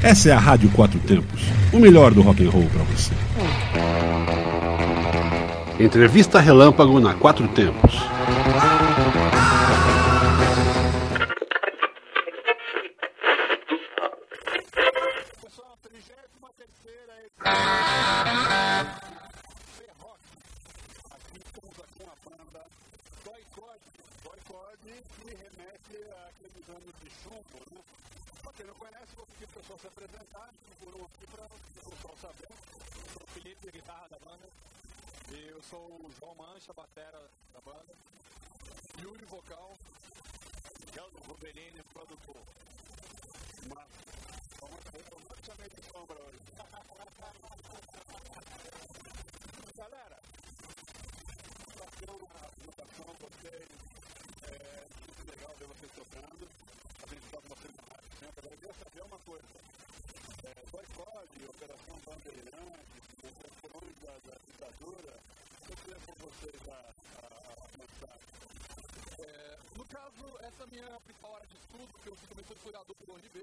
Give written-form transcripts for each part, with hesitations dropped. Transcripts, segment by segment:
Essa é a Rádio Quatro Tempos, o melhor do rock and roll para você. Entrevista relâmpago na Quatro Tempos. Pessoal, 33ª Ferroc. Aqui estamos aqui uma banda Boicode, que remete àqueles anos de chumbo, né? Pra quem não conhece, vou pedir para o pessoal se apresentar, procurou aqui para o pessoal saber. Eu sou o Felipe, guitarra da banda. E eu sou o João Mancha, batera da banda. Yuri, vocal. Geldo Rubelini, produtor. Vamos chamar de sombra hoje. Galera, fazer uma apresentação com vocês. É muito legal ver vocês tocando. A gente toca vocês na rádio sempre. Agora eu queria saber uma coisa. Boicode, Operação Bandeirante, os colonos da ditadura. Eu queria com vocês a mensagem. No caso, essa é a minha principal área de estudo, porque eu também sou historiador pelo UNB.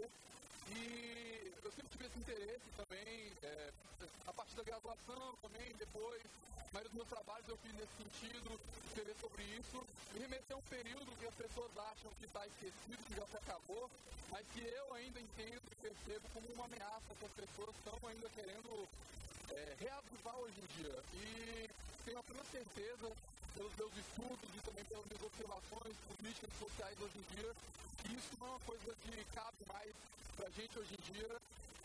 E eu sempre tive esse interesse também, a partir da graduação também, depois, mas os meus trabalhos eu fiz nesse sentido, escrever sobre isso, e remeter a um período que as pessoas acham que está esquecido, que já se acabou, mas que eu ainda entendo e percebo como uma ameaça que as pessoas estão ainda querendo reavivar hoje em dia. E tenho a plena certeza, pelos meus estudos e também pelas minhas observações políticas e sociais hoje em dia, que isso não é uma coisa que cabe mais pra gente hoje em dia.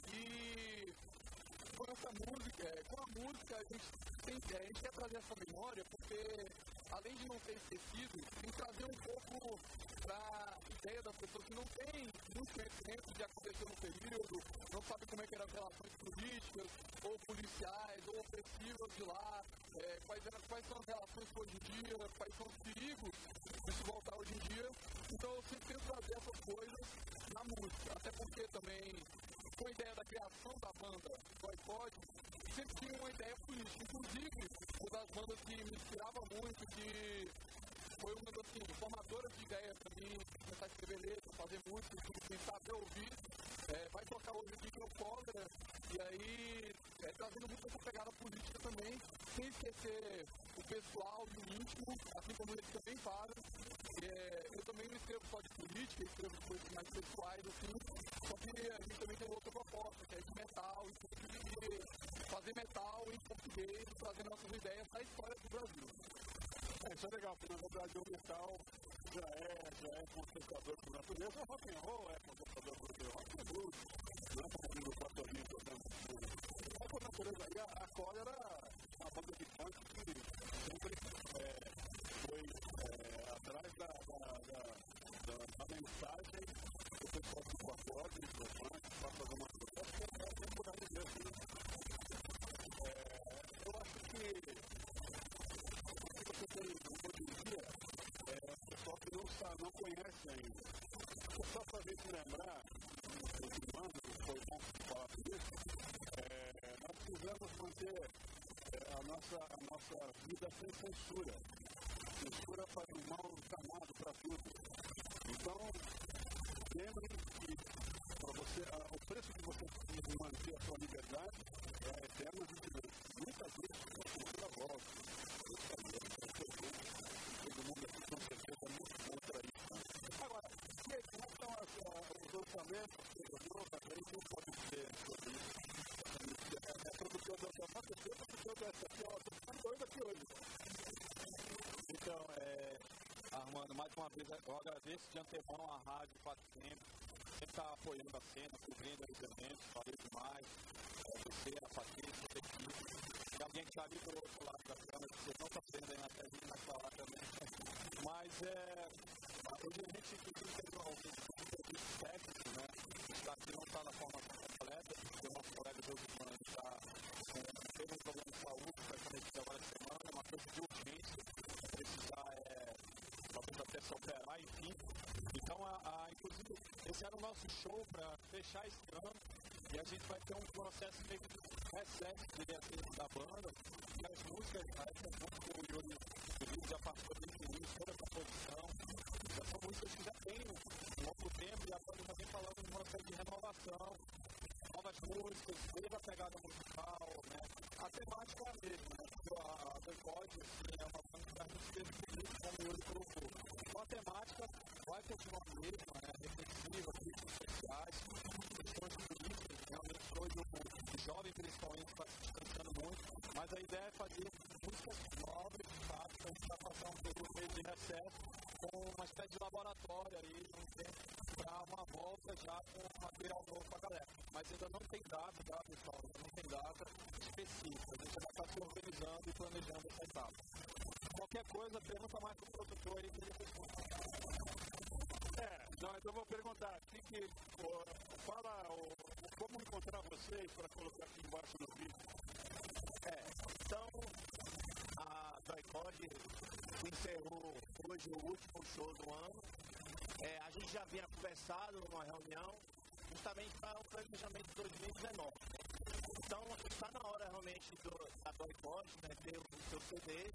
E com essa música, com a música a gente quer trazer essa memória, porque além de não ter esquecido, tem que trazer um pouco pra ideia das pessoas que não têm muito conhecimento de acontecer no período, não sabem como é que eram as relações políticas, ou policiais, ou opressivas de lá, quais são as relações hoje em dia, quais são os perigos disso voltar hoje em dia. Então eu sempre tento trazer essas coisas na música, até porque também, com a ideia da criação da banda Boicode, sempre tinha uma ideia política, inclusive uma das bandas que me inspirava muito, que foi uma das formadoras de ideia para mim, começar a escrever letras, fazer música, quem sabe ouvir, vai tocar hoje aqui que é o Cólera, e aí trazendo muito essa pegada política também, sem esquecer o pessoal e o íntimo, assim como eles também fazem. Eu também não escrevo só de política, eu escrevo coisas mais pessoais, assim, só que a gente também tem outra proposta, que é de metal, e fazer metal em português, trazer nossas ideias da história do Brasil. Isso é legal, porque na verdade o metal já é contestador por natureza, o rock and roll é contestador por rock and blues, não é como o Fatorinho, por exemplo. É por natureza, e a Cólera era uma banda de punk que sempre foi atrás da mensagem do pessoal do Boicode, do punk, para fazer uma protesta, é por aí mesmo, né? Eu acho que você tem hoje em dia, o pessoal que não conhece ainda. Só para a gente lembrar, esse bando, foi bom falar por isso, nós precisamos manter a nossa vida sem censura. Censura faz um mal danado para tudo. Então, lembre que para você, o preço que você precisa manter a sua liberdade é a eterna vigilância. Muitas vezes a censura volta. Todo mundo aqui com certeza é muito contra isso. Agora, como é que estão os orçamentos? Também não pode ser sobre isso. Produtor da SAP, produtor da SAP, ó, tô ficando doido aqui hoje. Então, Armando, mais uma vez, eu agradeço de antemão a Rádio Quatro Tempos, sempre está apoiando a cena, cobrindo os eventos, valeu demais. Você, a Patrícia, a equipe. Tem alguém que está ali do outro lado da câmera, que você não está vendo aí na telinha, vai falar também. Mas, hoje a gente teve alguns serviços técnicos, né? O estádio não está na formação completa, porque o nosso colega Josimar está teve um problema de saúde, vai começar agora de semana, uma coisa de urgência, precisar talvez até se operar, enfim. Então, inclusive, esse era o nosso show para fechar esse ano, e a gente vai ter um processo meio de reset da banda, e as músicas, o Yuri já passou desde o início, toda a composição, já são músicas que já têm um longo tempo, e a banda já vem falando de uma série de renovação. músicas, desde a pegada musical, né? A temática é a mesma, né? A Boycott, assim, é uma banda que a gente teve bonito, como o Yuri colocou. Então a temática vai continuar a mesma, né? Reflexiva, críticas sociais, questões políticas, realmente hoje o jovem principalmente está se distanciando muito, mas a ideia é fazer músicas novas, de fato, a gente vai passar um período meio de recesso com uma espécie de laboratório aí, para uma volta já com material novo para a galera. Mas ainda não tem data, tá, pessoal? Não tem data específica. A gente já está se organizando e planejando essa etapa. Qualquer coisa, pergunta mais para o produtor aí que ele responde. Então eu vou perguntar, fala como encontrar vocês para colocar aqui embaixo no vídeo. Então, a Boycott encerrou hoje o último show do ano. A gente já havia conversado numa reunião justamente para o planejamento de 2019. Então, está na hora realmente da Boycott, né, ter o seu CD.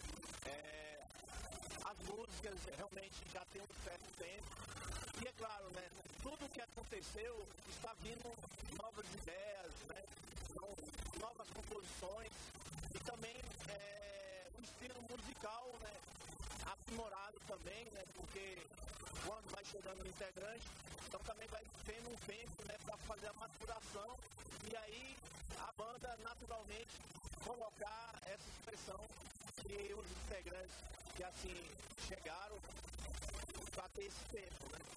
As músicas realmente já tem um certo tempo. E é claro, né, tudo o que aconteceu está vindo novas ideias, né, novas composições e também um estilo musical, né, aprimorado também, né, porque quando vai chegando o integrante, então também vai tendo um tempo, né, para fazer a maturação e aí a banda naturalmente colocar essa expressão que os integrantes que assim chegaram para ter esse tempo, né.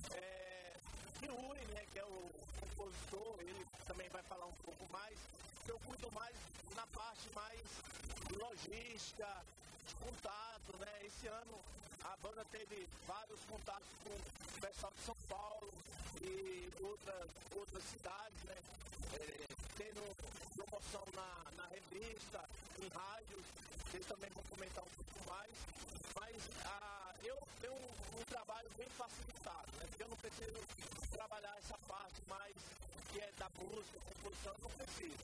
E o Uri, né, que é o compositor, ele também vai falar um pouco mais. Eu cuido mais na parte mais logística, contato, né? Esse ano a banda teve vários contatos com o pessoal de São Paulo e outras cidades, né? Tendo promoção na revista, em rádios, eles também vão comentar um pouco mais. Mas eu tenho um trabalho bem facilitado, né? Porque eu não preciso trabalhar essa parte mais que é da música, composição, eu não preciso.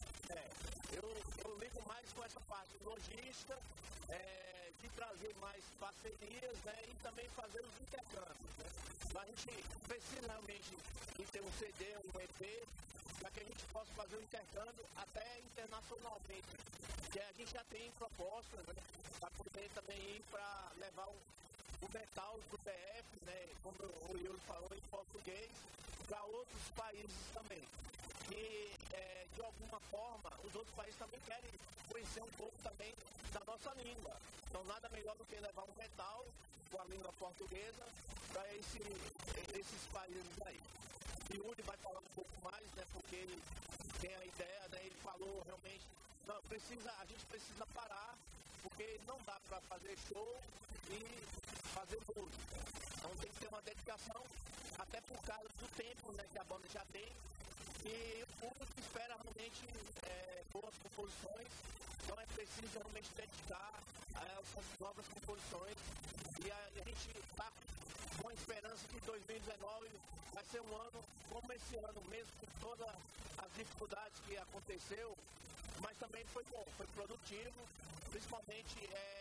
Eu ligo mais com essa parte logística, de trazer mais parcerias, né? E também fazer os intercâmbios. Né? A gente precisa realmente de ter um CD, um EP, para que a gente possa fazer o intercâmbio até internacionalmente. Porque a gente já tem propostas, né? Para poder também ir para levar o metal do PF, né? Como o Yuri falou em português, para outros países também. E, de alguma forma, os outros países também querem conhecer um pouco também da nossa língua. Então, nada melhor do que levar um metal com a língua portuguesa para esses países aí. E o Yuri vai falar um pouco mais, né, porque ele tem a ideia, né, ele falou realmente, não, a gente precisa parar, porque não dá para fazer show e fazer música. Então tem que ter uma dedicação, até por causa do tempo, né, que a banda já tem. E o público espera realmente boas composições, então é preciso realmente dedicar a essas novas composições. E a gente está com a esperança que 2019 vai ser um ano como esse ano, mesmo com todas as dificuldades que aconteceu, mas também foi bom, foi produtivo, principalmente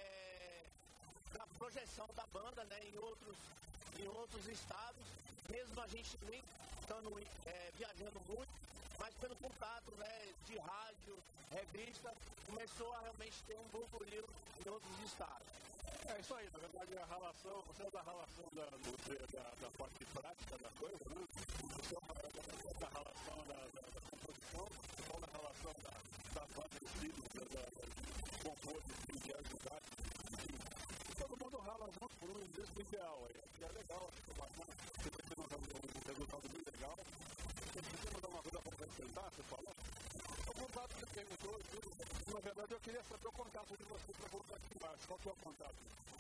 na projeção da banda, né, em outros estados, mesmo a gente nem estando viajando muito, mas pelo contato, né, de rádio, revista, começou a realmente ter um burburinho em outros estados. É isso aí, na verdade a relação, você é da relação da parte prática da coisa, né? Você é da relação da composição, ou da relação da parte dos livros, da compor, de ajudar. Todo mundo rala junto por um mesmo ideal, é legal, você vai ter um resultado bem legal. Você precisa dar uma coisa para apresentar, você falou? O contato que você perguntou, na verdade eu queria saber o contato de você para voltar aqui embaixo. Qual que é o contato?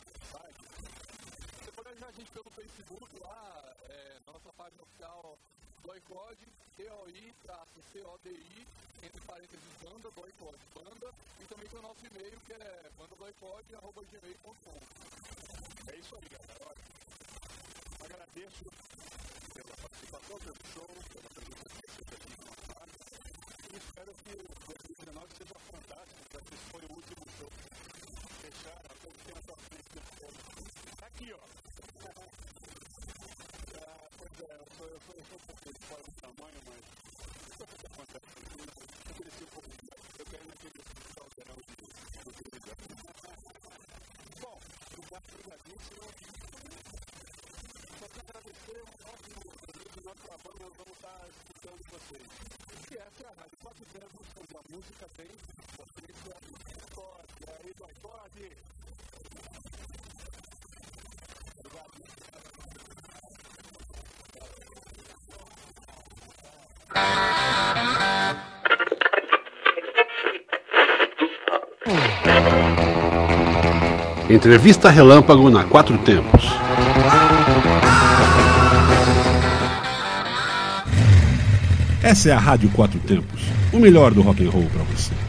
Você pode ajudar a gente pelo Facebook lá, nossa página oficial Boycott, TOI-CODI, entre parênteses banda, Boycott, banda, e também tem o nosso e-mail que é bandaboycott@gmail.com. É isso aí, galera. Agradeço pela participação, pelo show, pela presença de vocês aqui na rádio. E espero que o 2019 seja fantástico, já que esse foi o último show. Fechar a coisa que tem na sua frente. Aqui, ó. Pois é, eu sou um pouco fora do tamanho, mas isso é o que acontece. apresentando vocês. E essa é a Rádio Quatro Tempos, onde a música tem potência e pode. Aí vai, pode. Entrevista Relâmpago na Quatro Tempos. Essa é a Rádio Quatro Tempos, o melhor do rock and roll para você.